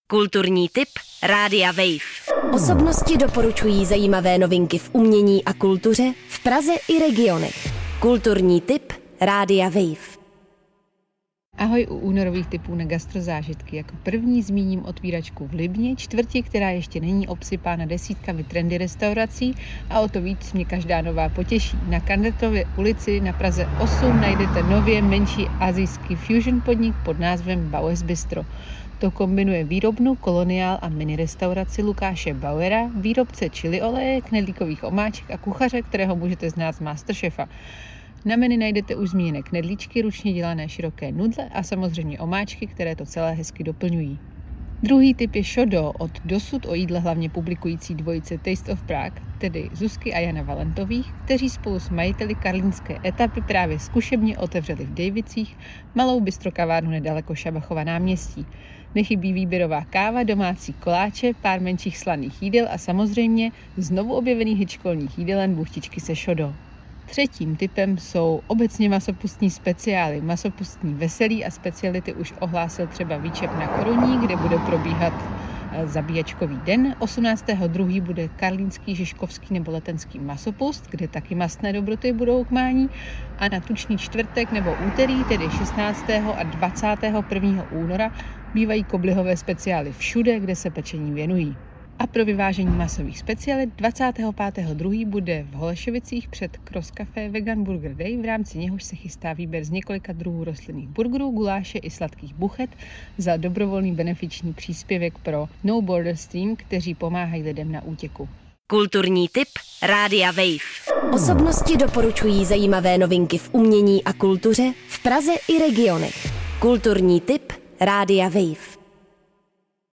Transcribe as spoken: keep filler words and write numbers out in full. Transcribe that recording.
Kulturní tip Rádia Wave. Osobnosti doporučují zajímavé novinky v umění a kultuře v Praze i regionech. Kulturní tip Rádia Wave. Ahoj u únorových tipů na gastrozážitky. Jako první zmíním otvíračku v Libni, čtvrti, která ještě není obsypána desítkami trendy restaurací, a o to víc mě každá nová potěší. Na Kandertově ulici na Praze osm najdete nově menší asijský fusion podnik pod názvem Bauer's Bistro. To kombinuje výrobnu, koloniál a mini restauraci Lukáše Bauera, výrobce chili oleje, knedlíkových omáček a kuchaře, kterého můžete znát z Masterchefa. Na menu najdete už zmíněné knedlíčky, ručně dělané široké nudle a samozřejmě omáčky, které to celé hezky doplňují. Druhý tip je Shodo od dosud o jídle hlavně publikující dvojice Taste of Prague, tedy Zuzky a Jana Valentových, kteří spolu s majiteli karlínské etapy právě zkušebně otevřeli v Dejvicích malou bistrokavárnu nedaleko Šabachova náměstí. Nechybí výběrová káva, domácí koláče, pár menších slaných jídel a samozřejmě znovu objevených hičkolních jídelen buchtičky se Shodo. Třetím typem jsou obecně masopustní speciály. Masopustní veselí a speciality už ohlásil třeba Výčep na Koruní, kde bude probíhat zabíjačkový den. osmnáctého druhého bude karlínský, žižkovský nebo letenský masopust, kde taky mastné dobroty budou k mání. A na tučný čtvrtek nebo úterý, tedy šestnáctého a dvacátého prvního února, bývají koblihové speciály všude, kde se pečení věnují. A pro vyvážení masových specialit dvacátého pátého druhého bude v Holešovicích před Cross Café Vegan Burger Day, v rámci něhož se chystá výběr z několika druhů rostlinných burgerů, guláše i sladkých buchet za dobrovolný benefiční příspěvek pro No Borders Team, kteří pomáhají lidem na útěku. Kulturní tip Rádia Wave. Osobnosti doporučují zajímavé novinky v umění a kultuře v Praze i regionech. Kulturní tip Rádia Wave.